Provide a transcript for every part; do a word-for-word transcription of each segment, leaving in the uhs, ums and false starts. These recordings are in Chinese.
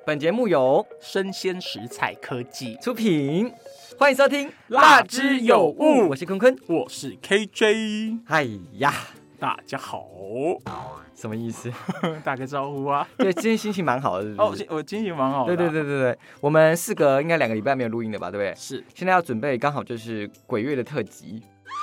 本节目由生鲜食材科技出品，欢迎收听《 辣之有物》， 我是坤坤， 我是 K J。 哎呀， 大家好， 什么意思？ 打个招呼啊！ 对，今天心情蛮好的是不是？ 哦，我心情蛮好的、啊。 对对对对对，我们四个应该两个礼拜没有录音了吧？对不对？ 是。 现在要准备，刚好就是鬼月的特辑。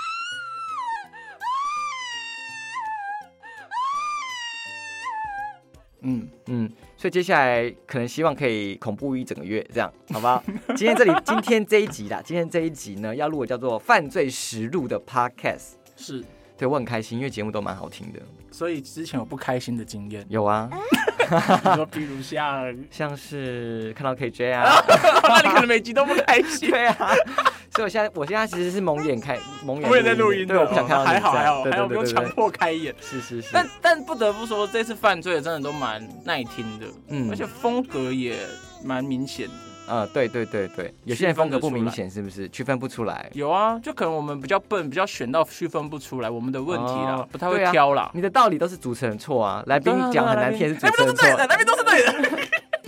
嗯嗯，所以接下来可能希望可以恐怖一整个月，这样好不好？今天这里今天这一集啦，今天这一集呢要录的叫做《犯罪实录》的 podcast。 是。 对，我很开心，因为节目都蛮好听的。 所以之前有不开心的经验？ 有啊。 你说，比如像像是看到 K J 啊， 那你可能每集都不开心。 对啊。所以我现在，我现在其实是蒙眼开，蒙眼。 我也在录音的， 对，我不想看到你。 还好还好， 对对对对对， 还有不用强迫开眼。 是是是。 但但不得不说，这次犯罪的真的都蛮耐听的，嗯，而且风格也蛮明显的。 呃，对对对对，有些人风格不明显，是不是区分不出来？ 有啊，就可能我们比较笨，比较选到区分不出来，我们的问题啦，哦、不太会挑啦、 啊。你的道理都是主持人错啊，来宾讲很难听是主持人错， 来宾都是对的，来宾都是对的。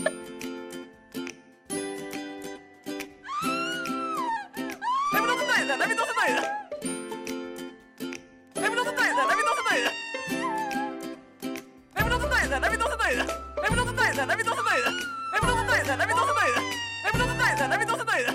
来宾都是对的，来宾都是对的，来宾都是对的，来宾都是对的，来宾都是对的，来宾都是对的，来宾都是对的，来宾都是对的。来宾都是对的，来宾都是对的，来宾都是对的，来宾都是对的。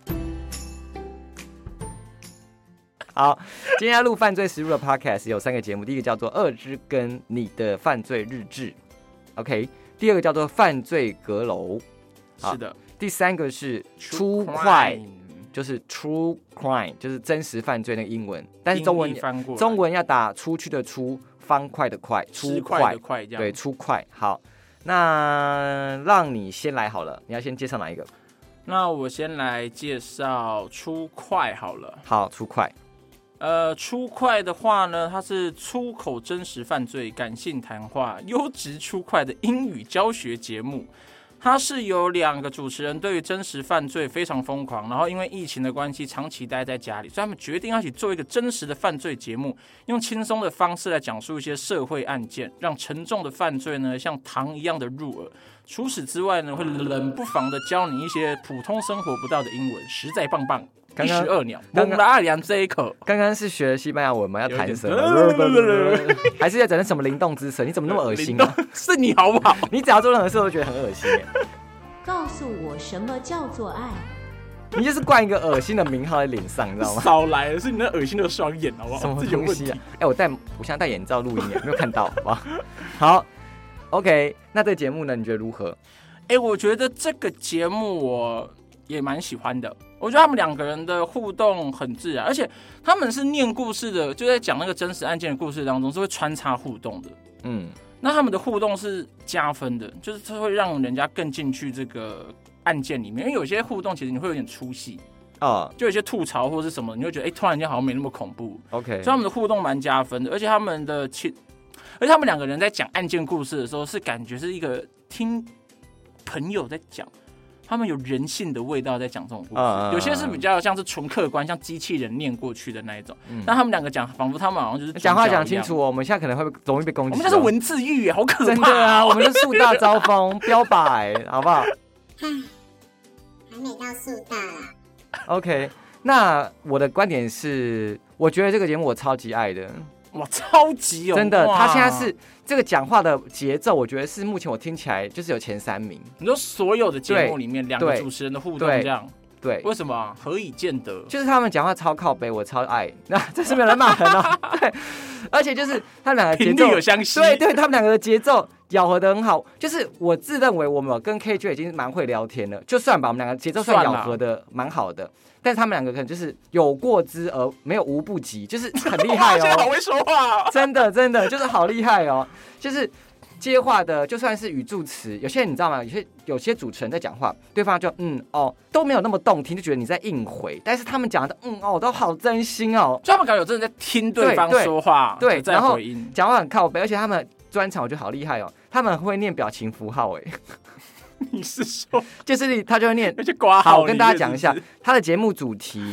好，今天要录犯罪实录的 podcast 有三个节目，第一个叫做《恶之根你的犯罪日志》，OK， 第二个叫做《犯罪阁楼》， 是的， 第三个是 True Crime， 就是 True Crime， 就是真实犯罪那个英文，但是中文中文要打出去的出，方块的块，出块的块， 对，出块。好。那让你先来好了，你要先介绍哪一个？ 那我先来介绍出快好了。 好，出快。 呃，出快的话呢，它是出口真实犯罪感性谈话优质出快的英语教学节目。它是有两个主持人对于真实犯罪非常疯狂，然后因为疫情的关系长期待在家里，所以他们决定要一起做一个真实的犯罪节目，用轻松的方式来讲述一些社会案件，让沉重的犯罪呢像糖一样的入耳。除此之外呢，会冷不防的教你一些普通生活不到的英文，实在棒棒。一石二鸟，刚刚阿良这一口， 刚刚是学西班牙文吗？要弹舌，还是要整成什么灵动之舌？你怎么那么恶心啊？ 是你好不好？ 你只要做任何事，我都觉得很恶心耶。 告诉我什么叫做爱？ 你就是冠一个恶心的名号在脸上，你知道吗？ 少来了，是你那恶心的双眼，好不好？ 什么东西啊？哎、欸，我戴，我现在戴眼罩录音耶，没有看到，好不好？好 ，OK， 那这个节目呢？你觉得如何？ 哎、欸，我觉得这个节目我也蛮喜欢的。我觉得他们两个人的互动很自然，而且他们是念故事的，就在讲那个真实案件的故事当中是会穿插互动的。嗯，那他们的互动是加分的，就是它会让人家更进去这个案件里面，因为有些互动其实你会有点出戏啊， uh, 就有些吐槽或是什么，你会觉得哎、欸，突然间好像没那么恐怖。OK， 所以他们的互动蛮加分的，而且他们的亲，而且他们两个人在讲案件故事的时候，是感觉是一个听朋友在讲。他们有人性的味道在讲这种故事， uh, 有些是比较像是纯客观，像机器人念过去的那一种。嗯、但他们两个讲，仿佛他们好像就是讲话讲清楚哦。我们现在可能会容易被攻击。 我们这是文字狱耶，好可怕、哦！ 真的啊，我们是树大招风，标靶，好不好？ 嗨，还没到树大啦。 OK， 那我的观点是，我觉得这个节目我超级爱的。 哇，超级有真的，他现在是这个讲话的节奏，我觉得是目前我听起来就是有前三名。 你说所有的节目里面，两个主持人的互动这样， 对， 为什么？何以见得？ 就是他们讲话超靠北，我超爱。那这是没有人骂人哦。对，而且就是他们两个节奏频率有相吸， 对对，他们两个的节奏咬合得很好。就是我自认为我们跟 K J 已经蛮会聊天了，就算吧，我们两个节奏算咬合的蛮好的。但是他们两个可能就是有过之而没有无不及，就是很厉害哦。 现在好会说话、哦， 真的真的就是好厉害哦。就是接话的，就算是语助词，有些人你知道吗？有些有些主持人在讲话，对方就嗯哦都没有那么动听，就觉得你在硬回。但是他们讲的嗯哦都好真心哦， 就他们感觉有真的在听对方说话， 对， 在回应， 讲话很靠北，而且他们专场我觉得好厉害哦，他们会念表情符号哎。 你是说， 就是他就会念， 而且挂号。好，我跟大家讲一下，他的节目主题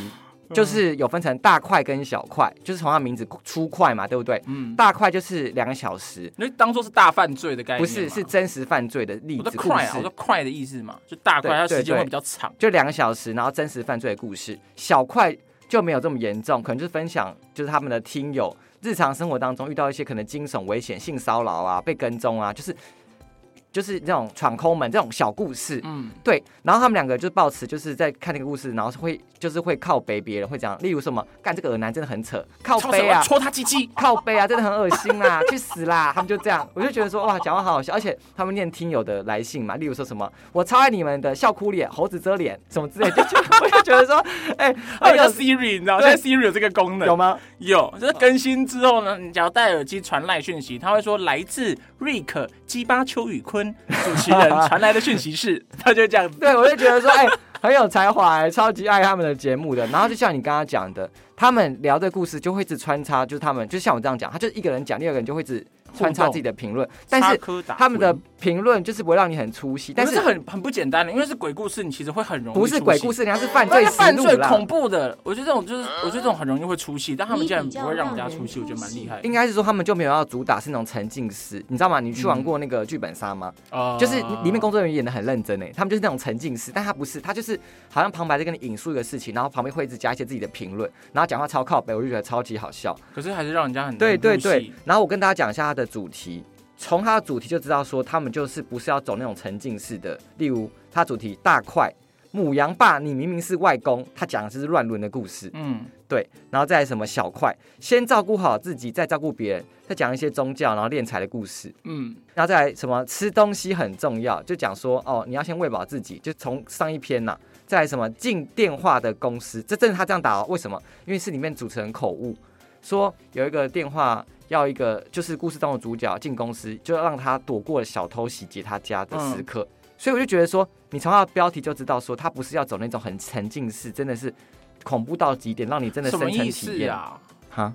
就是有分成大块跟小块，就是从它名字出块嘛，对不对？嗯，大块就是两个小时， 那当做是大犯罪的概念， 不是是真实犯罪的例子。 我说快啊，我说快的意思嘛，就大块它时间会比较长， 就两个小时，然后真实犯罪的故事。小块就没有这么严重，可能就是分享就是他们的听友日常生活当中遇到一些可能惊悚、危险、性骚扰啊、被跟踪啊，就是。就是这种闯空门这种小故事，嗯，对，然后他们两个就抱持就是在看那个故事，然后会就是会靠北别人，会讲，例如什么干这个耳男真的很扯，靠北啊， 戳他鸡鸡， 靠北啊，真的很恶心啊，去死啦！他们就这样，我就觉得说哇，讲话好好笑，而且他们念听友的来信嘛，例如说什么我超爱你们的笑哭脸、猴子遮脸什么之类，就就我就觉得说，哎、欸， 还有叫 Siri， 你知道，现在 Siri 有这个功能， 有吗？ 有，就是更新之后呢，你只要戴耳机传赖讯息，他会说来自 Rick 鸡巴邱宇坤主持人传来的讯息是，他就这样子。 对，我就觉得说，哎、欸，很有才华、欸，超级爱他们的节目的。然后就像你刚刚讲的，他们聊的故事就会一直穿插，就是他们就像我这样讲，他就一个人讲，另一个人就会一直穿插自己的评论，但是他们的评论就是不会让你很出戏，但是很很不简单的，因为是鬼故事，你其实会很容易不是鬼故事，人家是犯罪实录啦， 犯罪恐怖的，我觉得这种就是我觉得这种很容易会出戏，但他们竟然不会让人家出戏，我觉得蛮厉害。 应该是说他们就没有要主打是那种沉浸式，你知道吗？你去玩过那个剧本杀吗？嗯、就是里面工作人员演的很认真诶，他们就是那种沉浸式，但他不是，他就是好像旁白在跟你引述一个事情，然后旁边会一直加一些自己的评论，然后讲话超靠北，我就觉得超级好笑。 可是还是让人家很对对对。然后我跟大家讲一下它的主题。从他的主题就知道说，他们就是不是要走那种沉浸式的，例如他主题大块母羊爸，你明明是外公，他讲的是乱伦的故事，嗯，对，然后再来什么小块，先照顾好自己，再照顾别人，再讲一些宗教，然后敛财的故事，嗯，然后再来什么吃东西很重要，就讲说哦，你要先喂饱自己，就从上一篇呐、啊，再来什么进电话的公司，这真的他这样打哦，为什么？因为是里面主持人口误，说有一个电话。要一个就是故事中的主角进公司，就要让他躲过了小偷洗劫他家的时刻、嗯，所以我就觉得说，你从他的标题就知道说，他不是要走那种很沉浸式，真的是恐怖到极点，让你真的深层体验。什么意思啊？哈？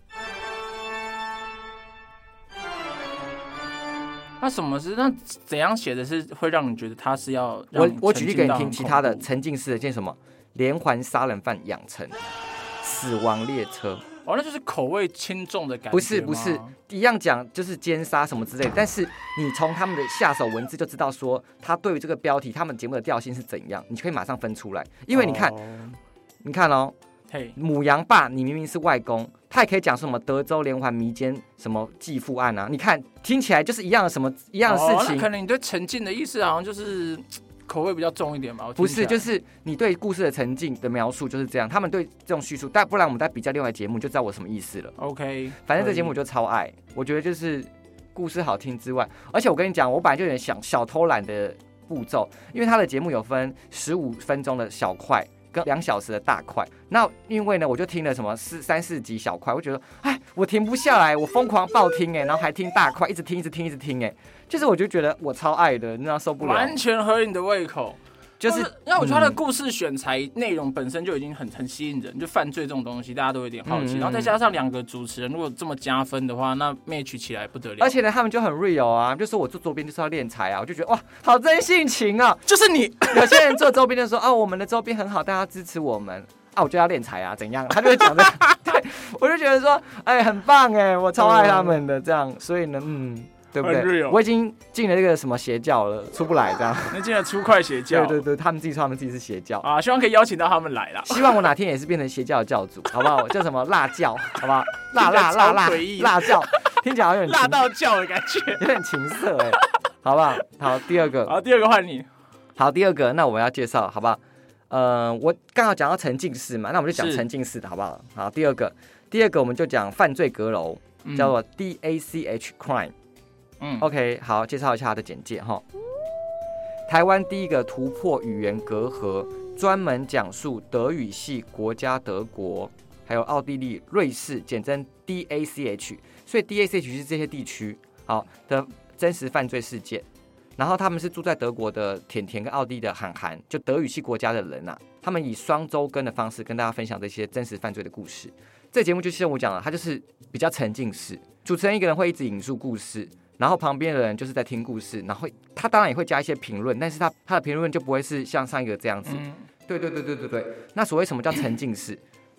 那什么是那怎样写的是会让你觉得他是要我我举例给你听，其他的沉浸式的叫什么？连环杀人犯养成、死亡列车。 哦，那就是口味轻重的感觉。 不是不是，一样讲就是奸杀什么之类的，但是你从他们的下手文字就知道说，他对于这个标题，他们节目的调性是怎样，你可以马上分出来。因为你看，哦、你看哦，嘿，母羊爸，你明明是外公，他也可以讲什么德州连环迷奸什么继父案啊，你看听起来就是一样的什么一样的事情。 哦、那可能你对沉浸的意思好像就是。口味比较重一点吧， 不是，就是你对故事的沉浸的描述就是这样。他们对这种叙述，但不然我们再比较另外节目，就知道我什么意思了。 OK， 反正这节目我就超爱，我觉得就是故事好听之外，而且我跟你讲，我本来就有点想小偷懒的步骤，因为他的节目有分十五分钟的小块跟两小时的大块。那因为呢，我就听了什么四三四集小块，我觉得哎，我停不下来，我疯狂爆听哎，然后还听大块，一直听一直听一直听哎。就是我就觉得我超爱的，你知道受不了， 完全合你的胃口。 就是， 因为我觉得他的故事选材内容本身就已经很很吸引人，就犯罪这种东西大家都有点好奇，嗯、然后再加上两个主持人如果这么加分的话，那 match 起来不得了。 而且呢，他们就很 real 啊，就说我做周边就是要练财啊，我就觉得哇，好真性情啊！ 就是你有些人做周边就说哦，我们的周边很好，大家支持我们啊，我就要练财啊，怎样？他就会讲这个，对，我就觉得说，哎，很棒哎，我超爱他们的这样，所以呢，嗯。对不对？我已经进了这个什么邪教了，出不来这样。 那进了粗快邪教。 对对对，他们自己说他们自己是邪教啊，希望可以邀请到他们来啦。 希望我哪天也是变成邪教的教主，好不好？叫什么辣教，好不好？辣辣辣辣辣教，听起来好像有点辣到教的感觉， 有点情色哎、欸，好不好？好，第二个。 好，第二个换你。 好，第二个，那我要介绍，好不好？呃，我刚好讲到沉浸式嘛，那我们就讲沉浸式的好不好？好，第二个，第二个我们就讲犯罪阁楼，叫做 D A C H Crime。嗯 ，OK， 好，介绍一下它的简介哈。台湾第一个突破语言隔阂，专门讲述德语系国家德国，还有奥地利、瑞士，简称 D A C H。所以 D A C H 是这些地区好的真实犯罪事件。然后他们是住在德国的甜甜跟奥地利的韩寒，就德语系国家的人啊，他们以双周更的方式跟大家分享这些真实犯罪的故事。这节目就像我讲了，它就是比较沉浸式，主持人一个人会一直引述故事。然后旁边的人就是在听故事，然后他当然也会加一些评论，但是他他的评论就不会是像上一个这样子。嗯、对对对对对对。那所谓什么叫沉浸式？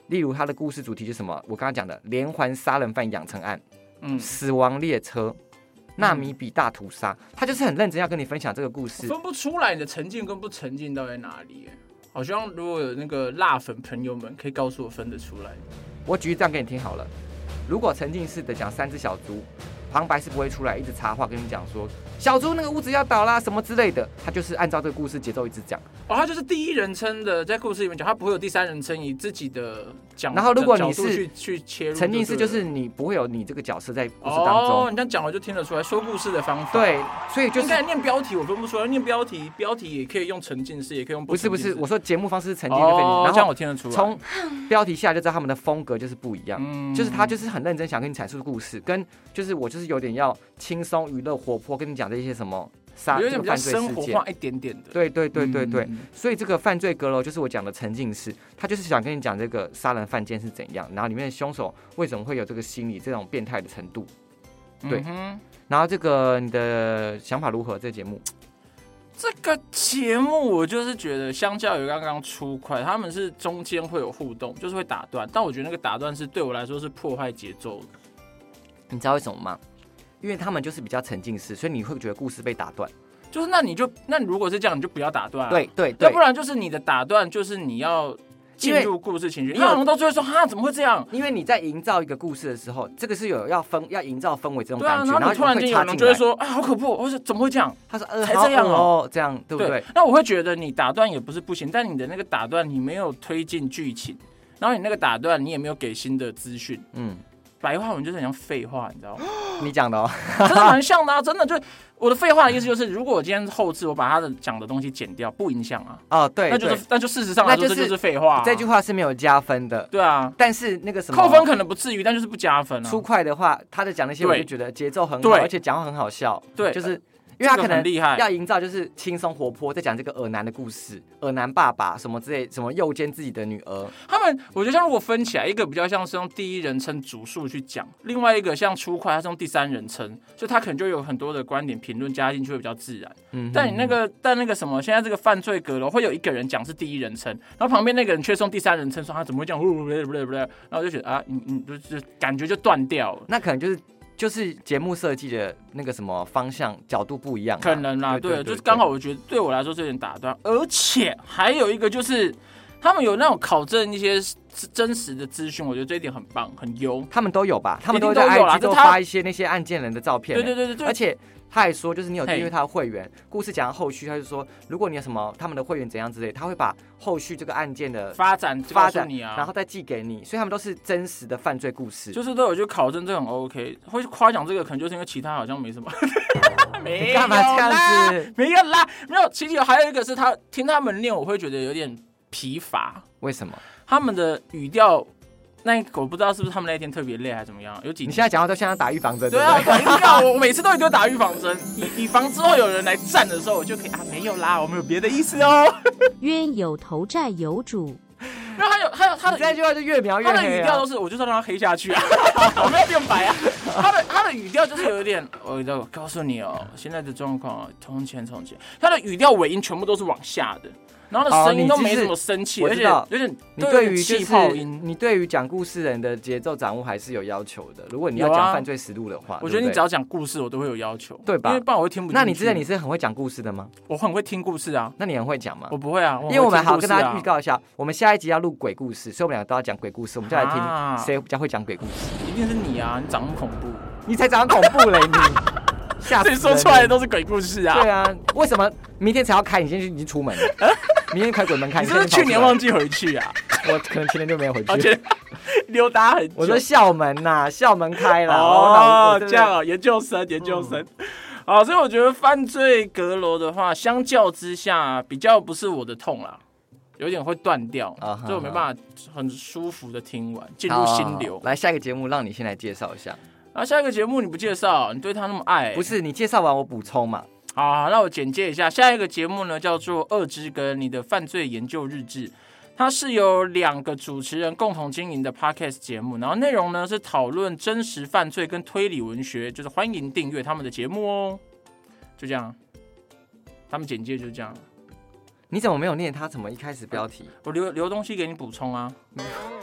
例如他的故事主题是什么？我刚刚讲的连环杀人犯养成案、 嗯， 死亡列车、纳米比大屠杀，他就是很认真要跟你分享这个故事。 分不出来你的沉浸跟不沉浸到底在哪里？好像如果有那个辣粉朋友们可以告诉我分得出来。 我举例这样给你听好了，如果沉浸式的讲三只小猪，旁白是不会出来一直插话跟你讲说小猪那个屋子要倒啦什么之类的，他就是按照这个故事节奏一直讲。 哦，他就是第一人称的在故事里面讲，他不会有第三人称以自己的讲。 然后如果你是去去切入， 沉浸式就是你不会有你这个角色在故事当中。 哦，你这样讲我就听得出来说故事的方法。 对，所以就是应该念标题我分不出来，念标题标题也可以用沉浸式，也可以用不是不是，我说节目方式是沉浸式， 哦， 然后这样我听得出来。 从标题下来就知道他们的风格就是不一样， 嗯， 就是他就是很认真想跟你阐述故事，跟就是我就是有点要轻松娱乐活泼跟你讲这些什么杀有点比较犯罪生事件， 活化一点点的。 对对对对对， 嗯、 所以这个犯罪阁楼就是我讲的沉浸式，他就是想跟你讲这个杀人犯件是怎样，然后里面的凶手为什么会有这个心理这种变态的程度，对， 嗯、 然后这个你的想法如何？这个节目？ 这个节目我就是觉得，相较于刚刚出快，他们是中间会有互动，就是会打断，但我觉得那个打断是对我来说是破坏节奏的。 你知道为什么吗？因为他们就是比较沉浸式，所以你会觉得故事被打断。 就是那你就那如果是这样，你就不要打断、啊。 对对对， 要不然就是你的打断就是你要进入故事情绪，因为到最后说哈怎么会这样？ 因为你在营造一个故事的时候，这个是有要分要营造氛围这种感觉， 对啊、然后你突然间有人就会说啊好可怖，我说怎么会这样？ 他说呃才这样哦，这样对不对？ 对那我会觉得你打断也不是不行，但你的那个打断你没有推进剧情，然后你那个打断你也没有给新的资讯，嗯。白话文就是很像废话，你知道吗？ 你讲的哦， 真的蛮像的啊！真的，就我的废话的意思就是，如果我今天后置我把他的讲的东西剪掉，不影响啊。 哦，对， 那就是那就事实上来说，这就是废话、啊。 这句话是没有加分的。 对啊， 但是那个什么扣分可能不至于，但就是不加分啊。 出快的话，他的讲那些我就觉得节奏很好，而且讲话很好笑。 对， 就是。因为他可能厉害， 要营造就是轻松活泼，在讲这个耳男的故事，耳男爸爸什么之类，什么诱奸自己的女儿。 他们我觉得像如果分起来，一个比较像是用第一人称主述去讲，另外一个像出快，他是用第三人称，所以他可能就有很多的观点评论加进去会比较自然。嗯，但你那个但那个什么，现在这个犯罪阁楼会有一个人讲是第一人称，然后旁边那个人却是用第三人称说他怎么会这样，不不不不不，然后我就觉得啊，你你就就感觉就断掉了。 那可能就是。就是节目设计的那个什么方向角度不一样， 可能啦， 对, 对, 对, 对，就是刚好我觉得对我来说是有点打断，而且还有一个就是他们有那种考证一些真实的资讯，我觉得这一点很棒，很优。 他们都有吧？他们都在 I G 都发一些那些案件人的照片、欸， 对对对对， 而且。他还说，就是你有订阅他的会员，故事讲到后续，他就说，如果你有什么他们的会员怎样之类，他会把后续这个案件的发展发展你啊， 然后再寄给你，所以他们都是真实的犯罪故事， 就是都有去考证，这很 OK。会夸奖这个，可能就是因为其他好像没什么， 没有干嘛这样子？ 没有啦，没有。其实还有一个是他听他们念，我会觉得有点疲乏。 为什么？ 他们的语调。那我不知道是不是他们那一天特别累还是怎么样？有几你现在讲话都像打预防针， 对啊，打预防，我我每次都一定打预防针，以以防之后有人来站的时候，我就可以啊，没有啦，我们有别的意思哦。 冤有头债有主， 因为他有他有他的这句话就越描越黑、啊， 他的语调都是，我就是要让他黑下去啊，我没有变白啊。他的他的语调就是有一点，我我告诉你哦，现在的状况，从前从前，他的语调尾音全部都是往下的。然后的声音都没什么生气，而且有点你对于气泡音， 你对于讲故事人的节奏掌握还是有要求的。如果你要讲犯罪实录的话， 我觉得你只要讲故事，我都会有要求， 对吧？ 因为不然我会听不进去。 那你之前你是很会讲故事的吗？ 我很会听故事啊。 那你很会讲吗？ 我不会啊， 因为我们好跟大家预告一下，我们下一集要录鬼故事，所以我们两个都要讲鬼故事，我们就来听谁比较会讲鬼故事。 一定是你啊，你长那么恐怖， 你才长得恐怖嘞你。吓死人！ 你说出来的都是鬼故事啊！ 对啊，为什么明天才要开？你现在已经出门了，明天开鬼门开。 你是不是去年忘记回去啊？ 我可能前年就没有回去， 溜达很久。 我说校门呐、啊，校门开了。 哦，这样啊，研究生，研究生。嗯、好，所以我觉得犯罪阁楼的话，相较之下比较不是我的痛啦。有点会断掉，所、uh-huh. 以我没办法很舒服的听完，进入心流。 来，下一个节目让你先来介绍一下。 啊，下一个节目你不介绍，你对他那么爱、欸？ 不是，你介绍完我补充嘛。 好，那我简介一下，下一个节目呢叫做《恶之根：你的犯罪研究日志》，它是由两个主持人共同经营的 podcast 节目，然后内容呢是讨论真实犯罪跟推理文学，就是欢迎订阅他们的节目哦。就这样，他们简介就是这样。 你怎么没有念他怎么一开始标题？ 我留留东西给你补充啊。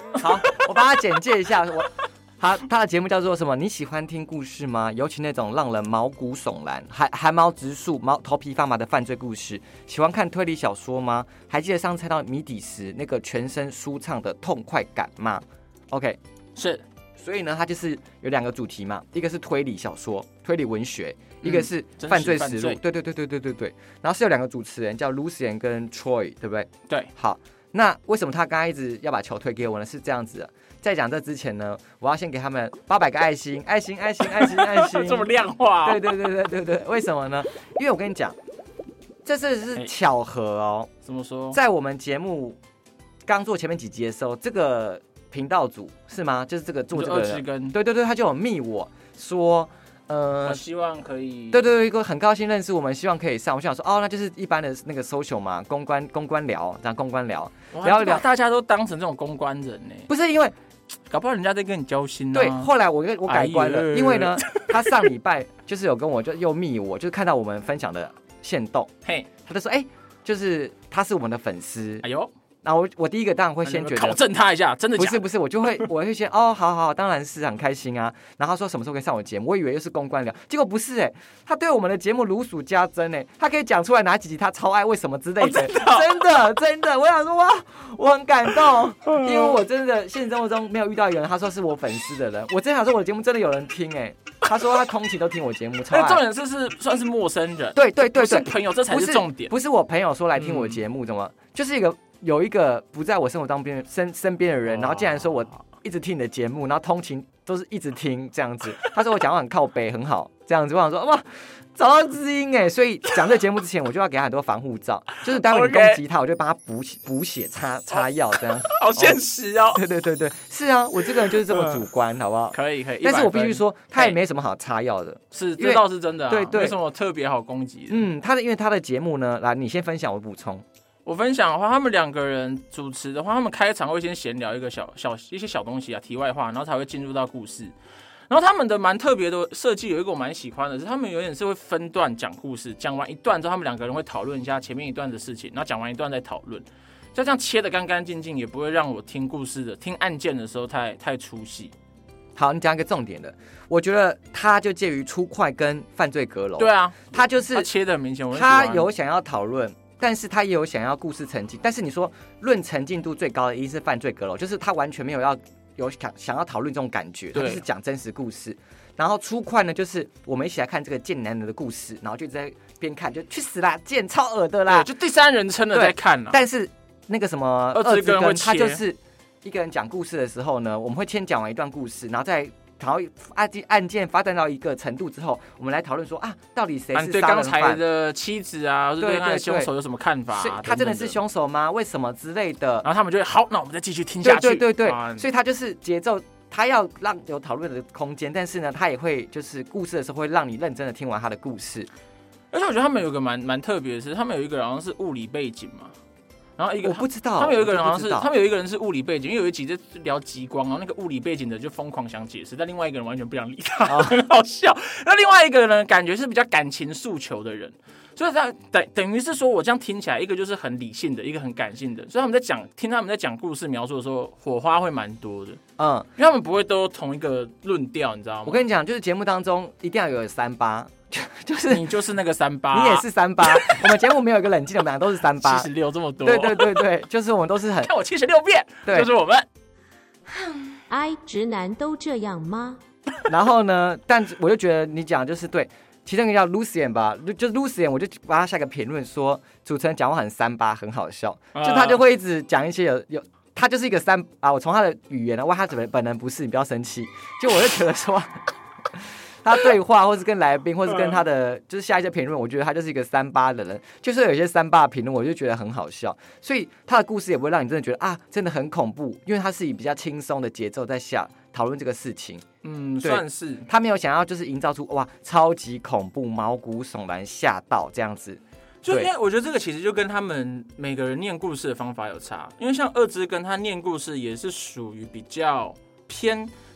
好，我帮他简介一下，我他他的节目叫做什么？你喜欢听故事吗？尤其那种让人毛骨悚然、汗汗毛直竖、毛头皮发麻的犯罪故事。喜欢看推理小说吗？还记得上次猜到谜底时那个全身舒畅的痛快感吗 ？OK， 是。 所以呢，它就是有两个主题嘛，一个是推理小说、推理文学，一个是犯罪实录。对对对对对对对。然后是有两个主持人叫 Lucian 跟 Troy， 对不对？ 对。 好，那为什么他刚刚一直要把球推给我呢？是这样子的。在讲这之前呢，我要先给他们八百个爱心，爱心，爱心，爱心，爱心， 这么量化、哦？ 对对对对对对，为什么呢？因为我跟你讲，这次是巧合哦。 怎么说？ 在我们节目刚做前面几集的时候，这个频道组是吗？就是这个做这个人，对对对，他就有密我说，呃， 我希望可以， 对对对，很高兴认识我们，希望可以上。我想说，哦，那就是一般的那个 social 嘛，公关公关聊，这样公关聊， 聊一聊，大家都当成这种公关人呢， 不是因为。 搞不好人家在跟你交心呢、 对， 啊。 后来我我改观了，哎、因为呢，他上礼拜就是有跟我就又密我，就是看到我们分享的限动， 嘿， 他就说，哎、欸，就是他是我们的粉丝， 哎呦， 然后我我第一个当然会先觉得考证他一下，真的假的？ 不是不是，我就会我会先哦，好好，当然是很开心啊。然后他说什么时候可以上我节目，我以为又是公关聊，结果不是哎、欸，他对我们的节目如数家珍哎、欸，他可以讲出来哪几集他超爱，为什么之类的，哦、真的、哦、真的真的，我想说哇，我很感动，因为我真的现实生活中没有遇到一个人，他说是我粉丝的人，我真想说我的节目真的有人听哎、欸。他说他通勤都听我节目，超爱。 重点是是算是陌生人， 对对对对， 不是朋友，这才是重点。 不是, 不是我朋友说来听我节目，怎么、嗯、就是一个有一个不在我生活当边身身边的人，然后竟然说我一直听你的节目，然后通勤都是一直听这样子。他说我讲话很靠北，很好这样子。我想说哇，找到知音哎，所以讲这个节目之前，我就要给他很多防护罩，就是待会你攻击他，我就帮他补补血擦擦药这样。 好现实哦。 对对对对，是啊，我这个人就是这么主观，好不好？ 可以可以， 但是我必须说，他也没什么好擦药的， 是这倒是真的、啊， 对对， 没什么特别好攻击的。 嗯，他的因为他的节目呢，来你先分享，我补充。 我分享的话，他们两个人主持的话，他们开场会先闲聊一个小小一些小东西啊，题外话，然后才会进入到故事。然后他们的蛮特别的设计，有一个我蛮喜欢的是，他们有点是会分段讲故事，讲完一段之后，他们两个人会讨论一下前面一段的事情，然后讲完一段再讨论，就这样切得干干净净，也不会让我听故事的听案件的时候太太出戏。 好，你讲一个重点的，我觉得他就介于粗快跟犯罪阁楼。 对啊， 他就是他切得很明显，我他有想要讨论。但是他也有想要故事沉浸，但是你说论沉浸度最高的一定是犯罪阁楼，就是他完全没有要有想想要讨论这种感觉，他就是讲真实故事。然后粗快呢，就是我们一起来看这个贱男人的故事，然后就在边看就去死啦，贱超恶的啦， 就第三人称的在看啦。 但是那个什么二之根， 他就是一个人讲故事的时候呢，我们会先讲完一段故事，然后再。然后案件发展到一个程度之后，我们来讨论说啊，到底谁是杀人犯？对刚才的妻子啊，对对对，凶手有什么看法、啊？ 他真的是凶手吗？为什么之类的？ 然后他们就会好，那我们再继续听下去。 对对对对，啊、所以他就是节奏，他要让有讨论的空间，但是呢，他也会就是故事的时候会让你认真的听完他的故事。 而且我觉得他们有个蛮蛮特别的是，他们有一个好像是物理背景嘛。然后一个我不知道， 他们有一个人好像是，他们有一个人是物理背景，因为有一集在聊极光，然后那个物理背景的就疯狂想解释，但另外一个人完全不想理他，哦、很好笑。那另外一个人感觉是比较感情诉求的人，所以他等等于是说我这样听起来，一个就是很理性的，一个很感性的，所以他们在讲听他们在讲故事描述的时候，火花会蛮多的，嗯，因为他们不会都同一个论调，你知道吗？ 我跟你讲，就是节目当中一定要有三八。就就是你就是那个三八， 你也是三八。我们节目没有一个冷静的，我们俩都是三八， 七十六这么多。 对对对对，就是我们都是很看我七十六变，对，就是我们。 哎，直男都这样吗？ 然后呢？但我就觉得你讲就是对，其中一个叫 Lucian 吧，就 Lucian， 我就把他下个评论说，主持人讲话很三八，很好笑，就他就会一直讲一些有有。他就是一个三啊，我从他的语言呢，哇，他怎么本人不是，你不要生气。就我就觉得说。他对话，或是跟来宾，或是跟他的就是下一些评论，我觉得他就是一个三八的人。就是有一些三八的评论，我就觉得很好笑。所以他的故事也不会让你真的觉得啊，真的很恐怖，因为他是以比较轻松的节奏在下讨论这个事情。 嗯，算是他没有想要就是营造出哇超级恐怖、毛骨悚然、吓到这样子。 就因为我觉得这个其实就跟他们每个人念故事的方法有差，因为像二之根他念故事也是属于比较偏。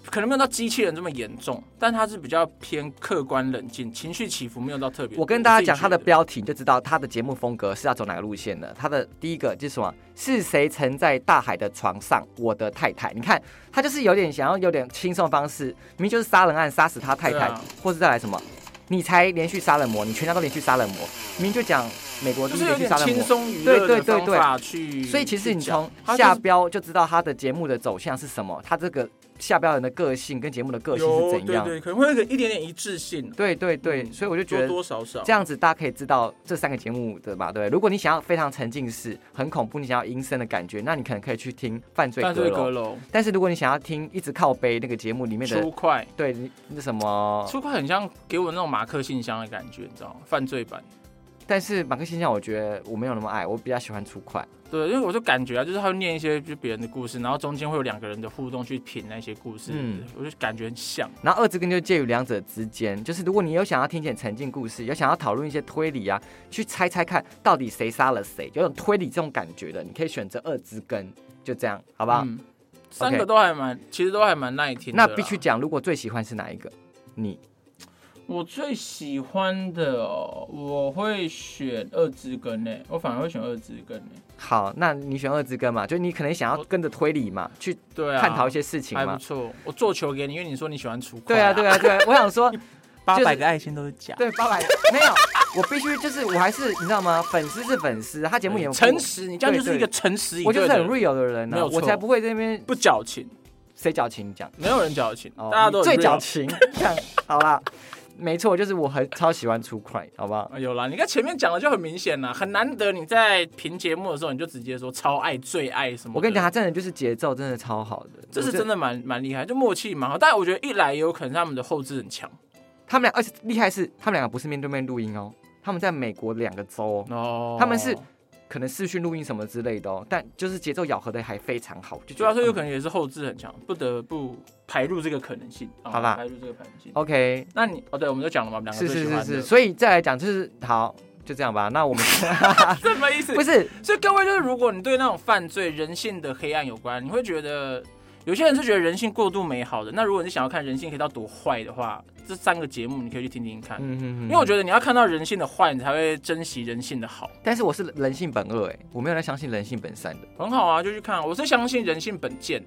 可能没有到机器人这么严重，但它是比较偏客观冷静，情绪起伏没有到特别。 我跟大家讲它的标题，你就知道它的节目风格是要走哪个路线的。它的第一个就是什么？是谁曾在大海的床上？我的太太。你看，他就是有点想要有点轻松的方式，明明就是杀人案，杀死他太太，啊、或是再来什么？你才连续杀人魔，你全家都连续杀人魔，明明就讲美国就是连续杀人魔， 轻松娱乐的方法去。 所以其实你从下标就知道他的节目的走向是什么，他这个下标人的个性跟节目的个性是怎样， 对对，可能会有一点点一致性。 对对对，所以我就觉得多多少少这样子大家可以知道这三个节目的吧，对。如果你想要非常沉浸式、很恐怖，你想要阴森的感觉，那你可能可以去听《犯罪阁楼》。但是如果你想要听一直靠背那个节目里面的粗快， 对，那什么粗快很像给我那种马克信箱的感觉，你知道吗？犯罪版。 但是马克信箱我觉得我没有那么爱，我比较喜欢粗快。 对，因为我就感觉啊，就是他会念一些就别人的故事，然后中间会有两个人的互动去品那些故事，嗯，我就感觉很像。 然后二之根就介于两者之间，就是如果你有想要听点沉浸故事，有想要讨论一些推理啊，去猜猜看到底谁杀了谁，有种推理这种感觉的，你可以选择二之根，就这样，好不好？嗯， 三个都还蛮， okay. 其实都还蛮耐听的。 那必须讲，如果最喜欢是哪一个？你？ 我最喜欢的哦，我会选二之根诶，我反而会选二之根诶。 好，那你选二之根嘛，就你可能想要跟着推理嘛，去探讨一些事情嘛， 还不错。我做球给你，因为你说你喜欢粗快、啊。 对啊，对啊，对啊。我想说， 八百个爱心都是假。 对，八百没有，我必须就是我还是你知道吗？粉丝是粉丝，他节目也诚实，你这样就是一个诚实以对的人。 我就是很 real 的人、啊， 没有错， 我才不会在那边不矫情。 谁矫情？你讲， 没有人矫情， 哦、 大家都最矫情。看，好啦。没错，就是我很超喜欢粗快，好不好？ 有啦，你看前面讲的就很明显啦，很难得你在评节目的时候，你就直接说超爱、最爱什么。 我跟你讲，他真的就是节奏真的超好的， 这是真的蛮蛮厉害，就默契蛮好。但我觉得一来也有可能他们的后制很强， 他们俩而且厉害是他们两个不是面对面录音哦，他们在美国两个州哦，他们是。可能视讯录音什么之类的哦，但就是节奏咬合的还非常好，就主要是有可能也是后制很强，不得不排入这个可能性。 好啦， 排入这个可能性。 OK， 那你哦，对，我们就讲了嘛，两个最喜欢的。 是是是是，所以再来讲就是好，就这样吧。那我们什么意思？ 不是， 所以各位就是，如果你对那种犯罪、人性的黑暗有关，你会觉得有些人是觉得人性过度美好的。那如果你想要看人性可以到多坏的话，这三个节目你可以去听听看。嗯哼哼，因为我觉得你要看到人性的坏，你才会珍惜人性的好。 但是我是人性本恶哎，我没有人相信人性本善的。 很好啊，就去看。我是相信人性本贱，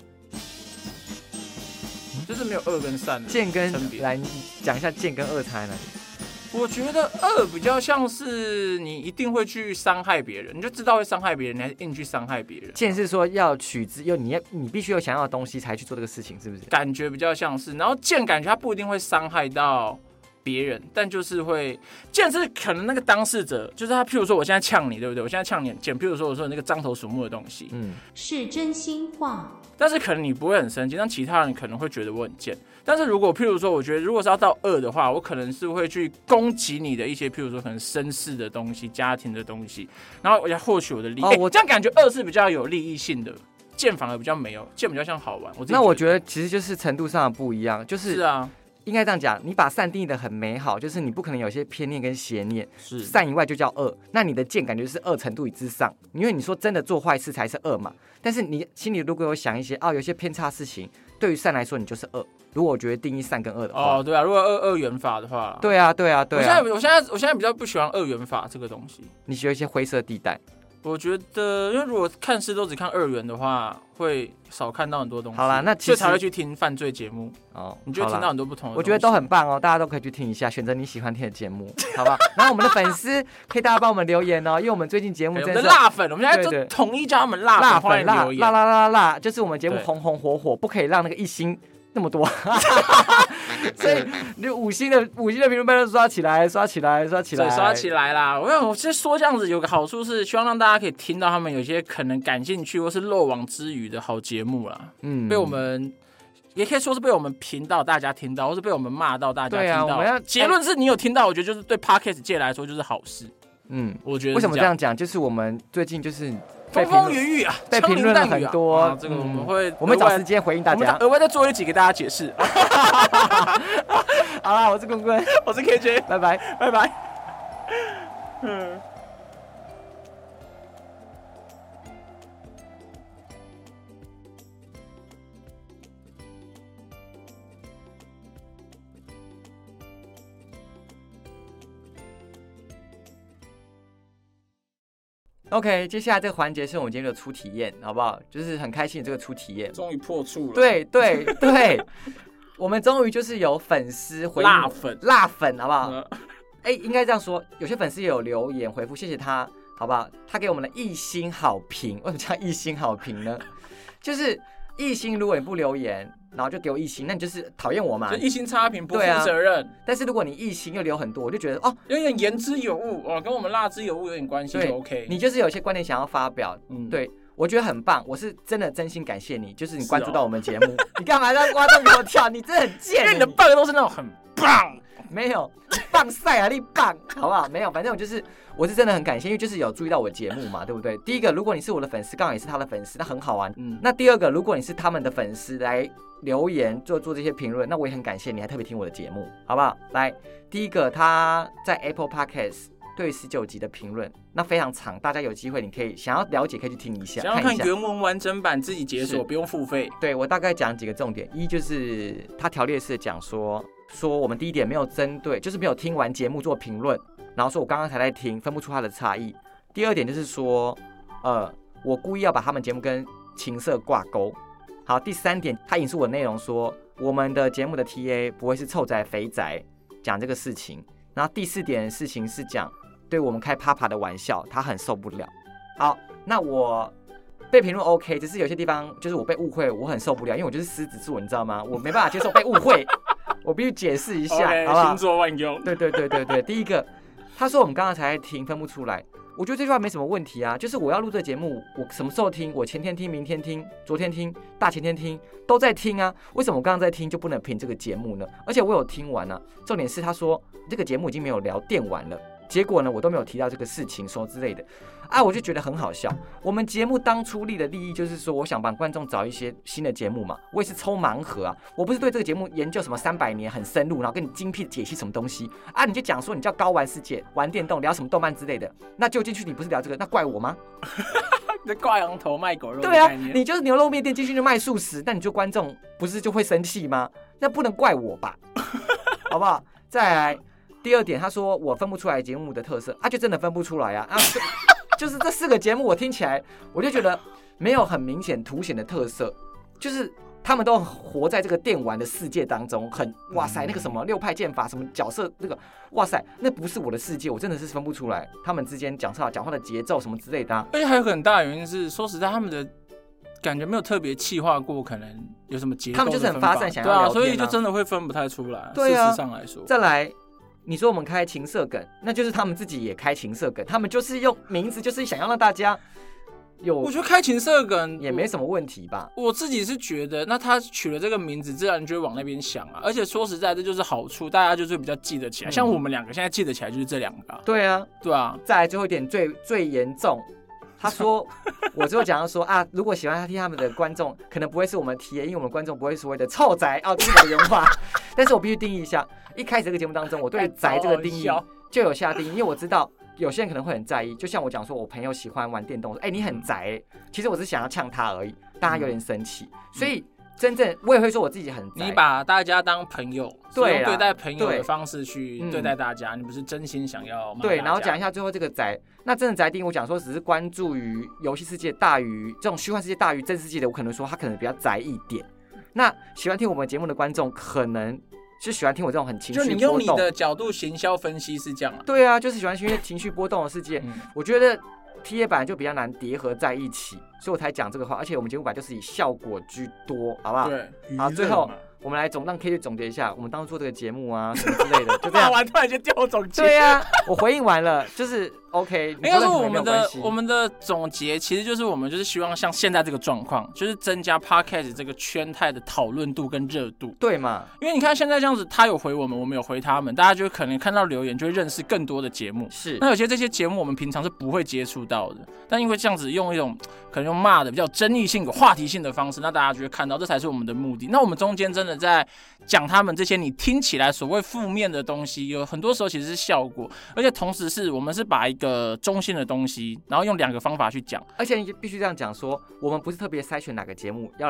就是没有恶跟善的贱跟来讲一下贱跟恶差在哪里？ 我觉得恶比较像是你一定会去伤害别人，你就知道会伤害别人，你还是硬去伤害别人。 贱是说要取之，又你你必须有想要的东西才去做这个事情，是不是？ 感觉比较像是，然后贱感觉他不一定会伤害到别人，但就是会贱是可能那个当事者，就是他，譬如说我现在呛你，对不对？我现在呛你很贱，譬如说我说那个獐头鼠目的东西，嗯， 是真心话。 但是可能你不会很生气，但其他人可能会觉得我很贱。但是如果譬如说，我觉得如果是要到恶的话，我可能是会去攻击你的一些，譬如说可能身世的东西、家庭的东西，然后我要获取我的利益。哦欸、我这样感觉恶是比较有利益性的，贱反而比较没有，贱比较像好玩。我那我觉得其实就是程度上的不一样，就是是啊。 应该这样讲，你把善定义的很美好，就是你不可能有些偏念跟邪念， 是善以外就叫恶。那你的贱感觉是恶程度以之上，因为你说真的做坏事才是恶嘛。但是你心里如果有想一些哦，有些偏差事情，对于善来说你就是恶。如果我觉得定义善跟恶的话， 哦，对啊，如果二二元法的话， 对啊，对啊，对啊。 我现在我现在我现在比较不喜欢二元法这个东西， 你喜欢一些灰色地带。 我觉得，因为如果看事都只看二元的话，会少看到很多东西。 好啦，那其实所以才会去听犯罪节目哦，你就会听到很多不同的东西。 我觉得都很棒哦，大家都可以去听一下，选择你喜欢听的节目，好吧？然后我们的粉丝可以大家帮我们留言哦，因为我们最近节目真的是辣粉，我们现在就统一叫他们辣粉， 辣粉辣辣辣辣辣，就是我们节目红红火火，不可以让那个一星那么多，所以你五星的五星的评论被刷起来，刷起来，刷起来， 刷起来啦！我想，我其实说这样子有个好处是，希望让大家可以听到他们有些可能感兴趣或是漏网之鱼的好节目啦。嗯，被我们也可以说是被我们评到大家听到，或是被我们骂到大家听到。对啊，我们要结论是你有听到，我觉得就是对 Podcast 界来说就是好事。嗯，我觉得为什么这样讲？就是我们最近就是风风雨雨啊， 被评论了很多、 啊啊。这个我们会， 我们找时间回应大家， 额外再做一集给大家解释。 好啦，我是棍棍， 我是 K J， 拜拜， 拜拜。嗯。 OK， 接下来这个环节是我们今天的初体验，好不好？就是很开心的这个初体验， 终于破处了。 对对对，我们终于就是有粉丝回辣粉， 辣粉，好不好？哎、嗯，应该这样说，有些粉丝也有留言回复，谢谢他，好不好？他给我们的一星好评，为什么叫一星好评呢？就是一星，如果你不留言，然后就给我一星，那你就是讨厌我嘛？ 就一星差评，不负责任、啊。 但是如果你一星又留很多，我就觉得哦， 有点言之有物哦，跟我们辣之有物有点关系就 OK。 你就是有些观点想要发表，嗯，对我觉得很棒，我是真的真心感谢你，就是你关注到我们节目，哦、你干嘛让挖洞给我跳？你真的很贱， 因为你的棒都是那种很棒， 没有棒赛啊，你棒，好不好？没有，反正我就是。我是真的很感谢，因为就是有注意到我节目嘛，对不对？第一个，如果你是我的粉丝，刚好也是他的粉丝，那很好玩。嗯，那第二个，如果你是他们的粉丝来留言做做这些评论，那我也很感谢你，还特别听我的节目，好不好？来，第一个，他在 Apple Podcast 对十九集的评论，那非常长，大家有机会你可以想要了解可以去听一下， 想要看原文完整版自己解锁，不用付费。 对，我大概讲几个重点，一就是他条列式讲说说我们第一点没有针对，就是没有听完节目做评论。然后说我刚刚才在听，分不出它的差异。第二点就是说，呃，我故意要把他们节目跟情色挂钩。好，第三点，他引述我的内容说，我们的节目的 T A 不会是臭宅肥宅，讲这个事情。然后第四点的事情是讲对我们开啪啪的玩笑，他很受不了。好，那我被评论 OK， 只是有些地方就是我被误会，我很受不了，因为我就是狮子座，你知道吗？我没办法接受被误会，我必须解释一下， okay, 好不好？ 星座万用。 对对对对对，第一个。他说我们刚刚才听分不出来，我觉得这句话没什么问题啊，就是我要录这个节目，我什么时候听？我前天听、明天听、昨天听、大前天听，都在听啊。为什么我刚刚在听就不能评这个节目呢？而且我有听完啊。重点是他说这个节目已经没有聊电玩了，结果呢我都没有提到这个事情说之类的啊，我就觉得很好笑。我们节目当初立的利益就是说，我想帮观众找一些新的节目嘛，我也是抽盲盒啊，我不是对这个节目研究什么三百年很深入，然后跟你精辟解析什么东西啊，你就讲说你叫高玩世界玩电动聊什么动漫之类的，那就进去你不是聊这个，那怪我吗？ 你挂羊头卖狗肉的对啊， 概念， 你就是牛肉面店进去就卖素食，那你就观众不是就会生气吗？那不能怪我吧，好不好？再来第二点，他说我分不出来节目的特色啊，就真的分不出来啊啊！就是这四个节目，我听起来我就觉得没有很明显凸显的特色，就是他们都活在这个电玩的世界当中，很哇塞，那个什么六派剑法，什么角色那个哇塞，那不是我的世界，我真的是分不出来他们之间讲话讲话的节奏什么之类的、啊。 而且还有个很大的原因是，说实在，他们的感觉没有特别企划过，可能有什么节奏， 他们就是很发散，想要聊天、啊， 对啊，所以就真的会分不太出来。 对啊， 事实上来说， 再来。你说我们开情色梗，那就是他们自己也开情色梗，他们就是用名字，就是想要让大家有。 我觉得开情色梗也没什么问题吧。 我自己是觉得，那他取了这个名字，自然就会往那边想啊。而且说实在，这就是好处，大家就是比较记得起来。嗯、像我们两个现在记得起来就是这两个、啊。 对啊， 对啊。 再来最后一点最最严重，他说我最后讲到说啊，如果喜欢他听他们的观众，可能不会是我们 T A， 因为我们观众不会所谓的臭宅哦，这是我的原话。但是我必须定义一下，一开始这个节目当中，我对宅这个定义就有下定义，因为我知道有些人可能会很在意。就像我讲说，我朋友喜欢玩电动，说哎、欸、你很宅、欸，其实我是想要呛他而已，但他有点生气，所以。真正我也会说我自己很宅， 你把大家当朋友，对，对待朋友的方式去对待大家，嗯、你不是真心想要骂大家。 对，然后讲一下最后这个宅，那真的宅定义，我讲说只是关注于游戏世界大于这种虚幻世界大于真世界的，我可能说他可能比较宅一点。那喜欢听我们节目的观众，可能是喜欢听我这种很情绪波动， 就你用你的角度行销分析是这样啊？ 对啊，就是喜欢听情绪波动的世界。嗯、我觉得 T A 本来就比较难叠合在一起，所以我才讲这个话。而且我们节目本来就是以效果居多，好不好？ 对。 好，最后我们来总让 K 去总结一下，我们当初做这个节目啊什么之类的，就这样。 完突然间叫我总结。 对啊，我回应完了，就是 OK。应该说我们的我们的总结其实就是我们就是希望像现在这个状况，就是增加 Podcast 这个圈态的讨论度跟热度。 对嘛？ 因为你看现在这样子，他有回我们，我们有回他们，大家就可能看到留言就会认识更多的节目。 是。 那有些这些节目我们平常是不会接触到的，但因为这样子用一种可能用骂的比较争议性、有话题性的方式，那大家就会看到，这才是我们的目的。那我们中间真的在讲他们这些你听起来所谓负面的东西，有很多时候其实是效果，而且同时是我们是把一个中性的东西，然后用两个方法去讲， 而且你必须这样讲说，我们不是特别筛选哪个节目要来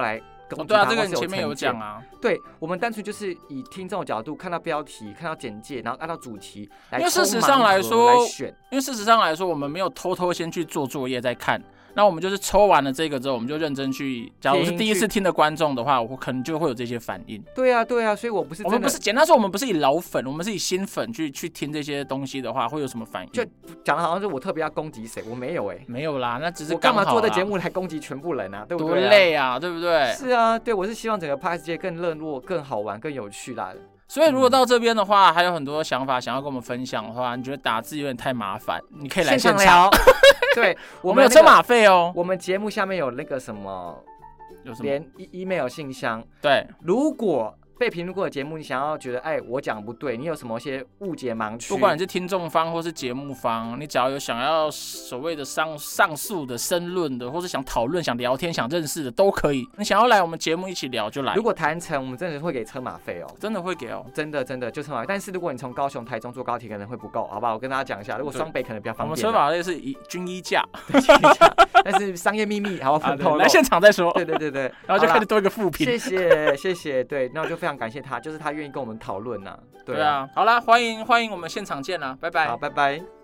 攻击他、 哦、对啊，这个你你前面有讲啊。 对，我们单纯就是以听众的角度看到标题、看到简介，然后按照主题来， 因为事实上来说， 来选。 因为事实上来说，我们没有偷偷先去做作业再看。那我们就是抽完了这个之后，我们就认真去。假如是第一次听的观众的话，我可能就会有这些反应。 对啊，对啊，所以我不是真的， 我们不是简单说，我们不是以老粉，我们是以新粉去去听这些东西的话，会有什么反应？ 就讲的好像是我特别要攻击谁，我没有哎、欸， 没有啦，那只是我干嘛做的节目来攻击全部人啊？对不对、啊？ 多累啊，对不对？ 是啊，对，我是希望整个 Podcast 界更热络、更好玩、更有趣啦。 所以如果到这边的话，还有很多想法想要跟我们分享的话，你觉得打字有点太麻烦，你可以来现场聊。对， 我们有车马费哦。 我们节目下面有那个什么， 有什么连 email 信箱。 对， 如果被评论过的节目，你想要觉得哎我讲不对，你有什么一些误解盲区？ 不管你是听众方或是节目方，你只要有想要所谓的上上诉的、申论的，或是想讨论、想聊天、想认识的，都可以。你想要来我们节目一起聊就来。 如果谈成，我们真的会给车马费哦， 真的会给哦， 真的真的就车马费。但是如果你从高雄、台中坐高铁可能会不够，好不好？我跟大家讲一下，如果双北可能比较方便。 我们车马费是以均一价， 但是商业秘密，好不好？透露、 啊、来现场再说。 对对对对， 然后就开始多一个负评。 谢谢谢谢，对，那我就非常感谢他，就是他愿意跟我们讨论呐。 对啊，好啦，欢迎欢迎我们现场见啦，拜拜。 好，拜拜。